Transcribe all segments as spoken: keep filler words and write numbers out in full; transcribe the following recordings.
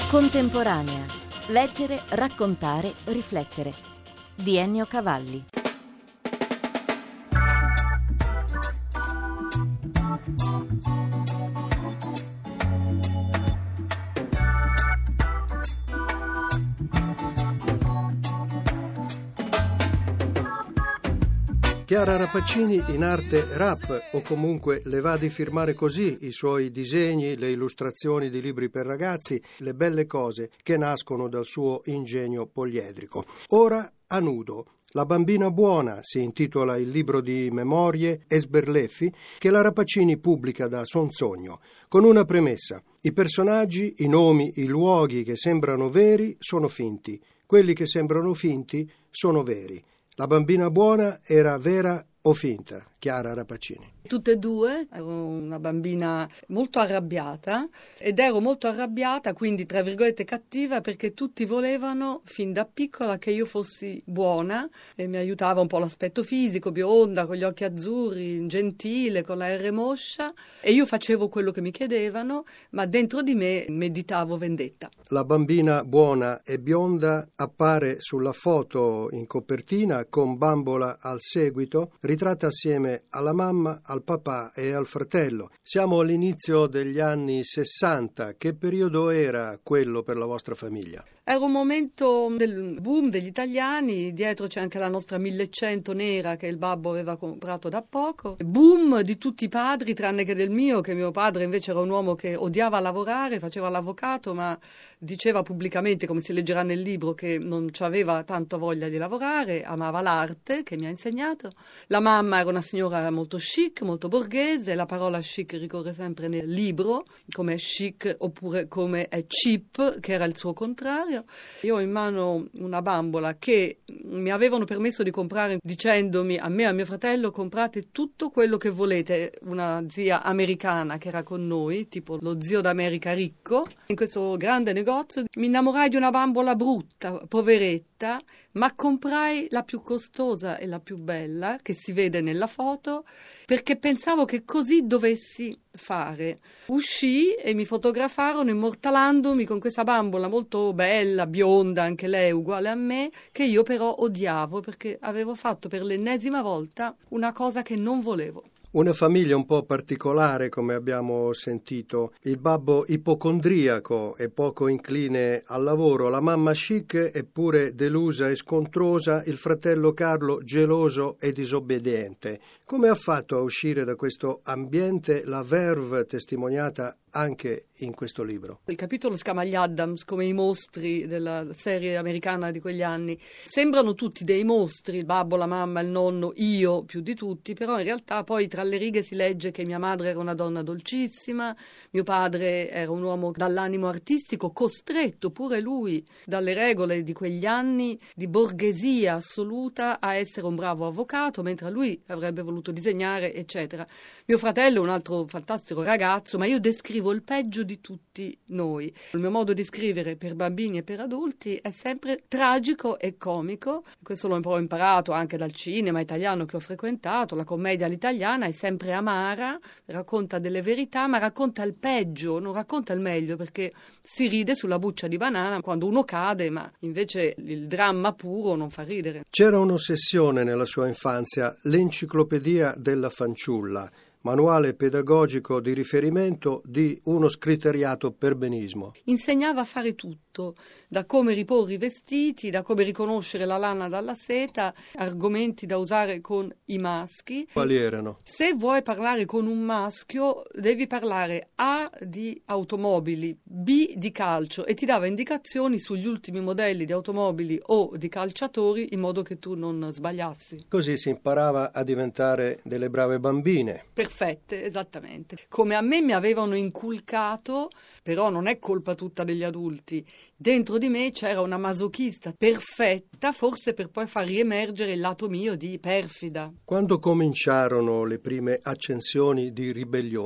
Contemporanea. Leggere, raccontare, riflettere. Di Ennio Cavalli. Chiara Rapaccini, in arte rap, o comunque le va di firmare così i suoi disegni, le illustrazioni di libri per ragazzi, le belle cose che nascono dal suo ingegno poliedrico. Ora a nudo. La bambina buona si intitola il libro di memorie e sberleffi che la Rapaccini pubblica da Sonsogno, con una premessa: i personaggi, i nomi, i luoghi che sembrano veri sono finti, quelli che sembrano finti sono veri. La bambina buona era vera o finta? Chiara Rapaccini. Tutte e due. Ero una bambina molto arrabbiata ed ero molto arrabbiata, quindi tra virgolette cattiva, perché tutti volevano fin da piccola che io fossi buona e mi aiutava un po' l'aspetto fisico, bionda, con gli occhi azzurri, gentile, con la R moscia, e io facevo quello che mi chiedevano, ma dentro di me meditavo vendetta. La bambina buona e bionda appare sulla foto in copertina con bambola al seguito, ritratta assieme alla mamma, al papà e al fratello. Siamo all'inizio degli anni sessanta. Che periodo era quello per la vostra famiglia? Era un momento del boom degli italiani, dietro c'è anche la nostra millecento nera che il babbo aveva comprato da poco. Boom di tutti i padri, tranne che del mio, che mio padre invece era un uomo che odiava lavorare, faceva l'avvocato, ma diceva pubblicamente, come si leggerà nel libro, che non aveva tanto voglia di lavorare, amava l'arte, che mi ha insegnato. La mamma era una signora molto chic, molto borghese, la parola chic ricorre sempre nel libro, come è chic oppure come è cheap, che era il suo contrario. Io ho in mano una bambola che mi avevano permesso di comprare dicendomi a me e a mio fratello: comprate tutto quello che volete. Una zia americana che era con noi, tipo lo zio d'America ricco, in questo grande negozio mi innamorai di una bambola brutta, poveretta, ma comprai la più costosa e la più bella che si vede nella foto, perché pensavo che così dovessi fare. Uscii e mi fotografarono immortalandomi con questa bambola molto bella, bionda, anche lei uguale a me, che io però odiavo perché avevo fatto per l'ennesima volta una cosa che non volevo. Una famiglia un po' particolare, come abbiamo sentito. Il babbo ipocondriaco e poco incline al lavoro, la mamma chic eppure delusa e scontrosa, il fratello Carlo geloso e disobbediente. Come ha fatto a uscire da questo ambiente la verve testimoniata anche in questo libro? Il capitolo si chiama Gli Addams, come i mostri della serie americana di quegli anni. Sembrano tutti dei mostri, il babbo, la mamma, il nonno, io più di tutti, però in realtà poi tra le righe si legge che mia madre era una donna dolcissima, mio padre era un uomo dall'animo artistico, costretto pure lui dalle regole di quegli anni di borghesia assoluta a essere un bravo avvocato, mentre lui avrebbe voluto disegnare, eccetera. Mio fratello è un altro fantastico ragazzo, ma io descrivo il peggio di tutti noi. Il mio modo di scrivere per bambini e per adulti è sempre tragico e comico. Questo l'ho un po' imparato anche dal cinema italiano che ho frequentato. La commedia all'italiana è sempre amara, racconta delle verità, ma racconta il peggio, non racconta il meglio, perché si ride sulla buccia di banana quando uno cade, ma invece il dramma puro non fa ridere. C'era un'ossessione nella sua infanzia, l'enciclopedia della fanciulla, manuale pedagogico di riferimento di uno scriteriato perbenismo. Insegnava a fare tutto, da come riporre i vestiti, da come riconoscere la lana dalla seta, argomenti da usare con i maschi. Quali erano? Se vuoi parlare con un maschio, devi parlare A di automobili, B di calcio, e ti dava indicazioni sugli ultimi modelli di automobili o di calciatori in modo che tu non sbagliassi. Così si imparava a diventare delle brave bambine. Perfette, esattamente. Come a me mi avevano inculcato, però non è colpa tutta degli adulti. Dentro di me c'era una masochista perfetta, forse per poi far riemergere il lato mio di perfida. Quando cominciarono le prime accensioni di ribellione?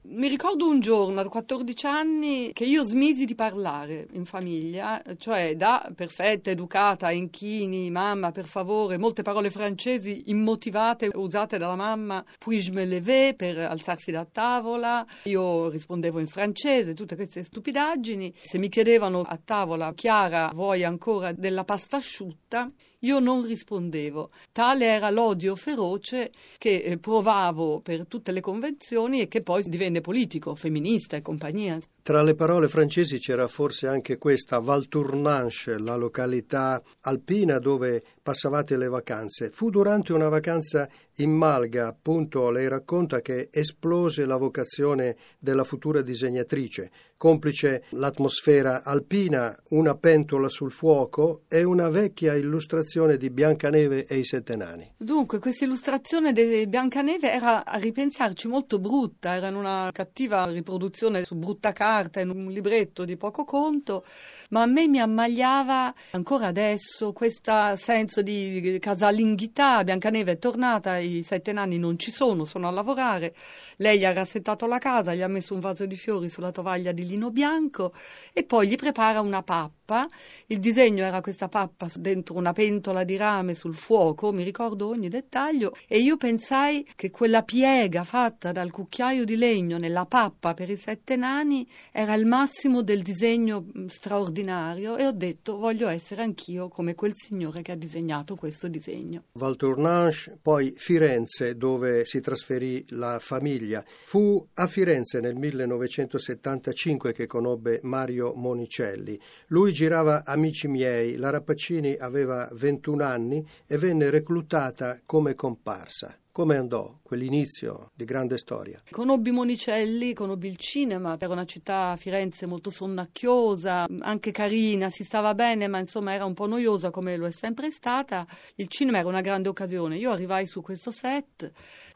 Mi ricordo un giorno, a quattordici anni, che io smisi di parlare in famiglia, cioè da perfetta, educata, inchini, mamma, per favore, molte parole francesi immotivate usate dalla mamma, puis je me levais per alzarsi da tavola, io rispondevo in francese, tutte queste stupidaggini. Se mi chiedevano a tavola, Chiara, vuoi ancora della pasta asciutta? Io non rispondevo. Tale era l'odio feroce che eh, provavo per tutte le convenzioni e che poi divenne politico, femminista e compagnia. Tra le parole francesi c'era forse anche questa, Val Tournanche, la località alpina dove passavate le vacanze. Fu durante una vacanza in Malga, appunto, lei racconta che esplose la vocazione della futura disegnatrice, complice l'atmosfera alpina, una pentola sul fuoco e una vecchia illustrazione di Biancaneve e i Sette Nani. Dunque, questa illustrazione di Biancaneve era, a ripensarci, molto brutta, era in una cattiva riproduzione su brutta carta, in un libretto di poco conto, ma a me mi ammagliava ancora adesso questo senso di casalingità. Biancaneve è tornata, i Sette Nani non ci sono, sono a lavorare, lei gli ha rassettato la casa, gli ha messo un vaso di fiori sulla tovaglia di lino bianco e poi gli prepara una pappa. Il disegno era questa pappa dentro una pentola di rame sul fuoco, mi ricordo ogni dettaglio, e io pensai che quella piega fatta dal cucchiaio di legno nella pappa per i Sette Nani era il massimo del disegno straordinario e ho detto voglio essere anch'io come quel signore che ha disegnato questo disegno. Val Tournanche, poi Firenze, dove si trasferì la famiglia. Fu a Firenze nel millenovecentosettantacinque che conobbe Mario Monicelli. Lui girava Amici miei, la Rappaccini aveva ventuno anni e venne reclutata come comparsa. Come andò quell'inizio di grande storia? Conobbi Monicelli, conobbi il cinema, era una città, Firenze, molto sonnacchiosa, anche carina, si stava bene, ma insomma era un po' noiosa come lo è sempre stata. Il cinema era una grande occasione. Io arrivai su questo set,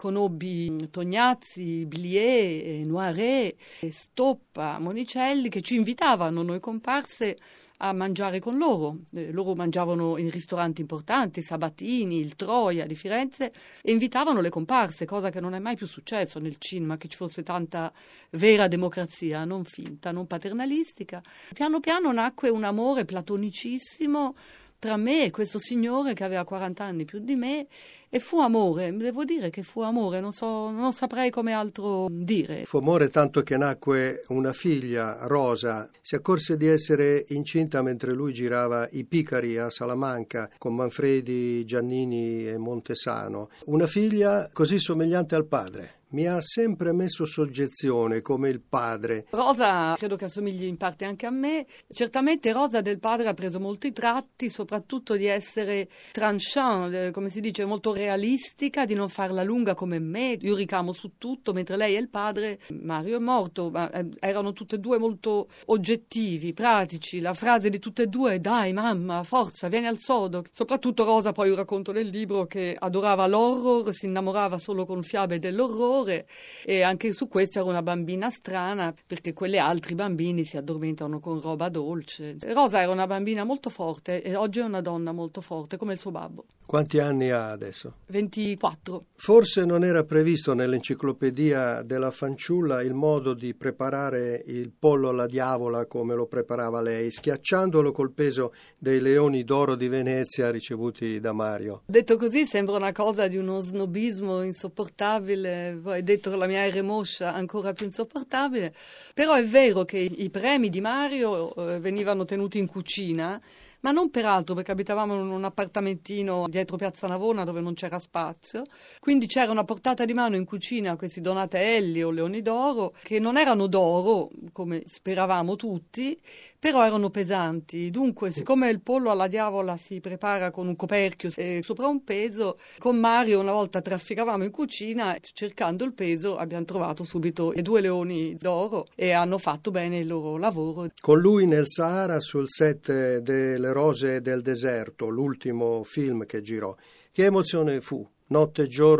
conobbi Tognazzi, Blier, Noiret, Stoppa, Monicelli, che ci invitavano, noi comparse, a mangiare con loro. Eh, loro mangiavano in ristoranti importanti, Sabatini, il Troia di Firenze, e invitavano le comparse, cosa che non è mai più successo nel cinema, che ci fosse tanta vera democrazia, non finta, non paternalistica. Piano piano nacque un amore platonicissimo tra me e questo signore che aveva quaranta anni più di me, e fu amore, devo dire che fu amore, non so, non saprei come altro dire. Fu amore tanto che nacque una figlia, Rosa, si accorse di essere incinta mentre lui girava I Picari a Salamanca con Manfredi, Giannini e Montesano. Una figlia così somigliante al padre. Mi ha sempre messo soggezione come il padre. Rosa credo che assomigli in parte anche a me. Certamente Rosa del padre ha preso molti tratti, soprattutto di essere tranchant, come si dice, molto realistica, di non farla lunga come me. Io ricamo su tutto, mentre lei e il padre, Mario è morto, ma erano tutte e due molto oggettivi, pratici. La frase di tutte e due è dai mamma, forza, vieni al sodo. Soprattutto Rosa, poi io racconto nel libro, che adorava l'horror, si innamorava solo con fiabe dell'orrore, e anche su questo era una bambina strana, perché quelle altri bambini si addormentano con roba dolce. Rosa era una bambina molto forte e oggi è una donna molto forte come il suo babbo. Quanti anni ha adesso? ventiquattro. Forse non era previsto nell'enciclopedia della fanciulla il modo di preparare il pollo alla diavola come lo preparava lei, schiacciandolo col peso dei leoni d'oro di Venezia ricevuti da Mario. Detto così sembra una cosa di uno snobismo insopportabile, poi detto la mia R moscia ancora più insopportabile, però è vero che i premi di Mario eh, venivano tenuti in cucina, ma non peraltro perché abitavamo in un appartamentino dietro Piazza Navona dove non c'era spazio, quindi c'era una portata di mano in cucina, questi Donatelli o Leoni d'oro, che non erano d'oro come speravamo tutti, però erano pesanti. Dunque, siccome il pollo alla diavola si prepara con un coperchio e sopra un peso, con Mario una volta trafficavamo in cucina, cercando il peso abbiamo trovato subito i due leoni d'oro e hanno fatto bene il loro lavoro. Con lui nel Sahara, sul set delle Rose del deserto, l'ultimo film che girò, che emozione fu? Notte e giorno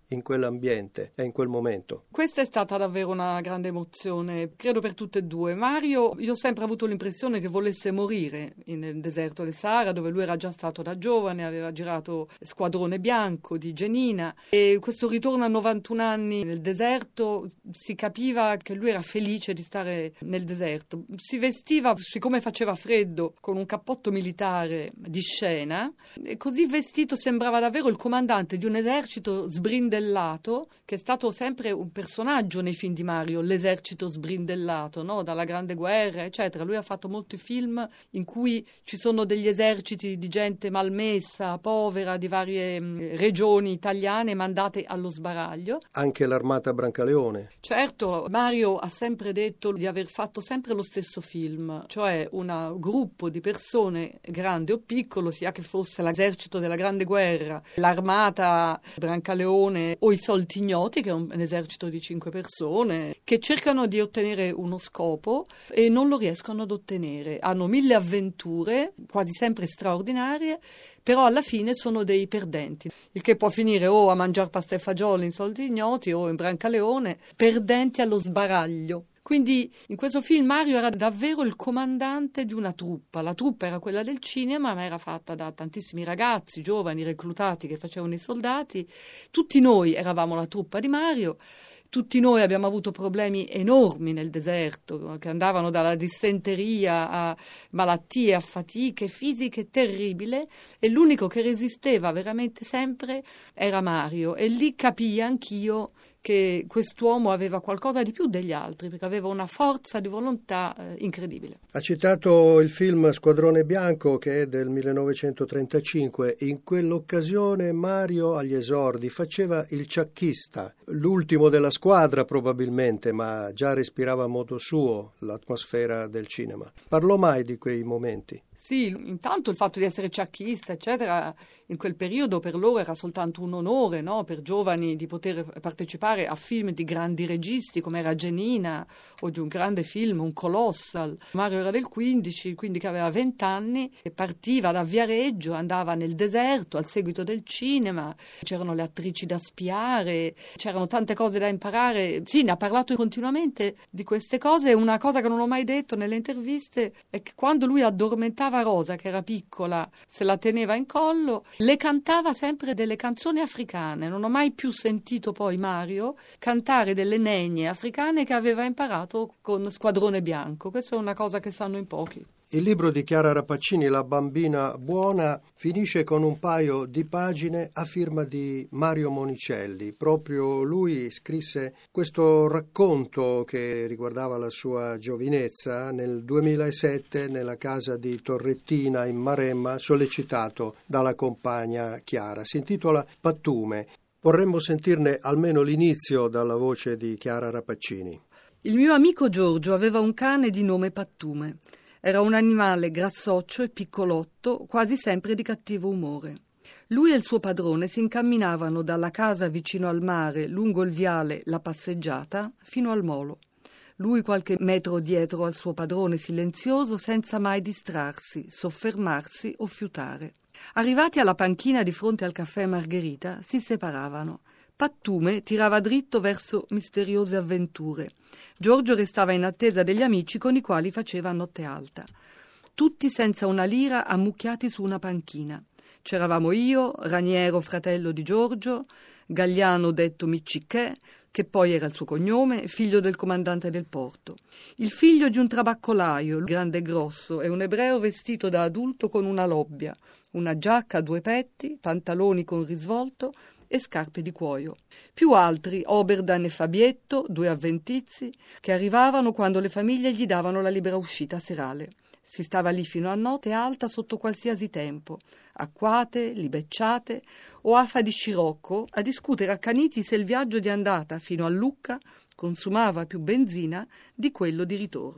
in quell'ambiente e in quel momento? Questa è stata davvero una grande emozione, credo per tutte e due. Mario, io ho sempre avuto l'impressione che volesse morire nel deserto del Sahara, dove lui era già stato da giovane, aveva girato Squadrone Bianco di Genina, e questo ritorno a novantuno anni nel deserto, si capiva che lui era felice di stare nel deserto. Si vestiva, siccome faceva freddo, con un cappotto militare di scena, e così vestito sembrava davvero il comandante di un esercito sbrindellato, che è stato sempre un personaggio nei film di Mario, l'esercito sbrindellato, no? Dalla Grande Guerra, eccetera. Lui ha fatto molti film in cui ci sono degli eserciti di gente malmessa, povera, di varie mh, regioni italiane mandate allo sbaraglio. Anche l'Armata Brancaleone. Certo, Mario ha sempre detto di aver fatto sempre lo stesso film, cioè un gruppo di persone, grande o piccolo, sia che fosse l'esercito della Grande Guerra, l'Armata Brancaleone o i Soltignoti, che è un, un esercito di cinque persone, che cercano di ottenere uno scopo e non lo riescono ad ottenere. Hanno mille avventure, quasi sempre straordinarie, però alla fine sono dei perdenti, il che può finire o a mangiare pasta e fagioli in Soltignoti o in Brancaleone, perdenti allo sbaraglio. Quindi in questo film Mario era davvero il comandante di una truppa. La truppa era quella del cinema, ma era fatta da tantissimi ragazzi, giovani, reclutati che facevano i soldati. Tutti noi eravamo la truppa di Mario. Tutti noi abbiamo avuto problemi enormi nel deserto, che andavano dalla dissenteria a malattie, a fatiche fisiche terribili, e l'unico che resisteva veramente sempre era Mario. E lì capii anch'io che quest'uomo aveva qualcosa di più degli altri, perché aveva una forza di volontà eh, incredibile. Ha citato il film Squadrone Bianco, che è del millenovecentotrentacinque. In quell'occasione Mario agli esordi faceva il ciacchista, l'ultimo della squadra probabilmente, ma già respirava a modo suo l'atmosfera del cinema. Parlò mai di quei momenti? Sì, intanto il fatto di essere ciacchista, eccetera, in quel periodo per loro era soltanto un onore, no? Per giovani di poter partecipare a film di grandi registi come era Genina, o di un grande film, un Colossal. Mario era del quindici, quindi che aveva venti anni, e partiva da Viareggio, andava nel deserto al seguito del cinema, c'erano le attrici da spiare, c'erano tante cose da imparare. Sì, ne ha parlato continuamente di queste cose, e una cosa che non ho mai detto nelle interviste è che quando lui addormentava Rosa, che era piccola, se la teneva in collo, le cantava sempre delle canzoni africane. Non ho mai più sentito poi Mario cantare delle negne africane che aveva imparato con Squadrone Bianco. Questa è una cosa che sanno in pochi. Il libro di Chiara Rapaccini, La bambina buona, finisce con un paio di pagine a firma di Mario Monicelli. Proprio lui scrisse questo racconto che riguardava la sua giovinezza nel duemilasette nella casa di Torrettina in Maremma, sollecitato dalla compagna Chiara. Si intitola Pattume. Vorremmo sentirne almeno l'inizio dalla voce di Chiara Rapaccini. Il mio amico Giorgio aveva un cane di nome Pattume. Era un animale grassoccio e piccolotto, quasi sempre di cattivo umore. Lui e il suo padrone si incamminavano dalla casa vicino al mare, lungo il viale La Passeggiata, fino al molo. Lui qualche metro dietro al suo padrone silenzioso, senza mai distrarsi, soffermarsi o fiutare. Arrivati alla panchina di fronte al caffè Margherita, si separavano. Pattume tirava dritto verso misteriose avventure. Giorgio restava in attesa degli amici con i quali faceva notte alta. Tutti senza una lira, ammucchiati su una panchina. C'eravamo io, Raniero, fratello di Giorgio, Gagliano detto Miccichè, che poi era il suo cognome, figlio del comandante del porto. Il figlio di un trabaccolaio, grande e grosso, e un ebreo vestito da adulto con una lobbia, una giacca a due petti, pantaloni con risvolto e scarpe di cuoio. Più altri, Oberdan e Fabietto, due avventizi, che arrivavano quando le famiglie gli davano la libera uscita serale. Si stava lì fino a notte alta sotto qualsiasi tempo, acquate, libecciate o afa di scirocco, a discutere accaniti se il viaggio di andata fino a Lucca consumava più benzina di quello di ritorno.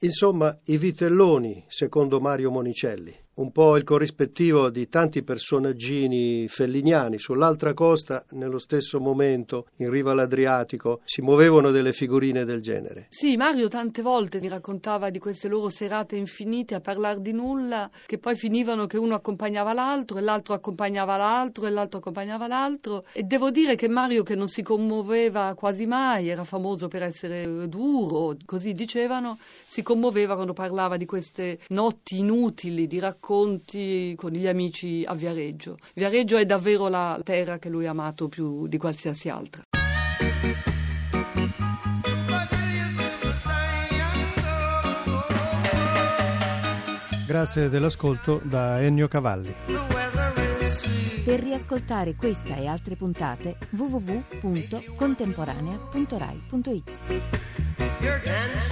Insomma, i vitelloni, secondo Mario Monicelli. Un po' il corrispettivo di tanti personaggini felliniani. Sull'altra costa, nello stesso momento, in riva all'Adriatico, si muovevano delle figurine del genere. Sì, Mario tante volte mi raccontava di queste loro serate infinite a parlare di nulla, che poi finivano che uno accompagnava l'altro e l'altro accompagnava l'altro e l'altro accompagnava l'altro. E devo dire che Mario, che non si commuoveva quasi mai, era famoso per essere duro, così dicevano, si commuoveva quando parlava di queste notti inutili, di racconti conti con gli amici a Viareggio. Viareggio è davvero la terra che lui ha amato più di qualsiasi altra. Grazie dell'ascolto da Ennio Cavalli. Per riascoltare questa e altre puntate w w w punto contemporanea punto rai punto it.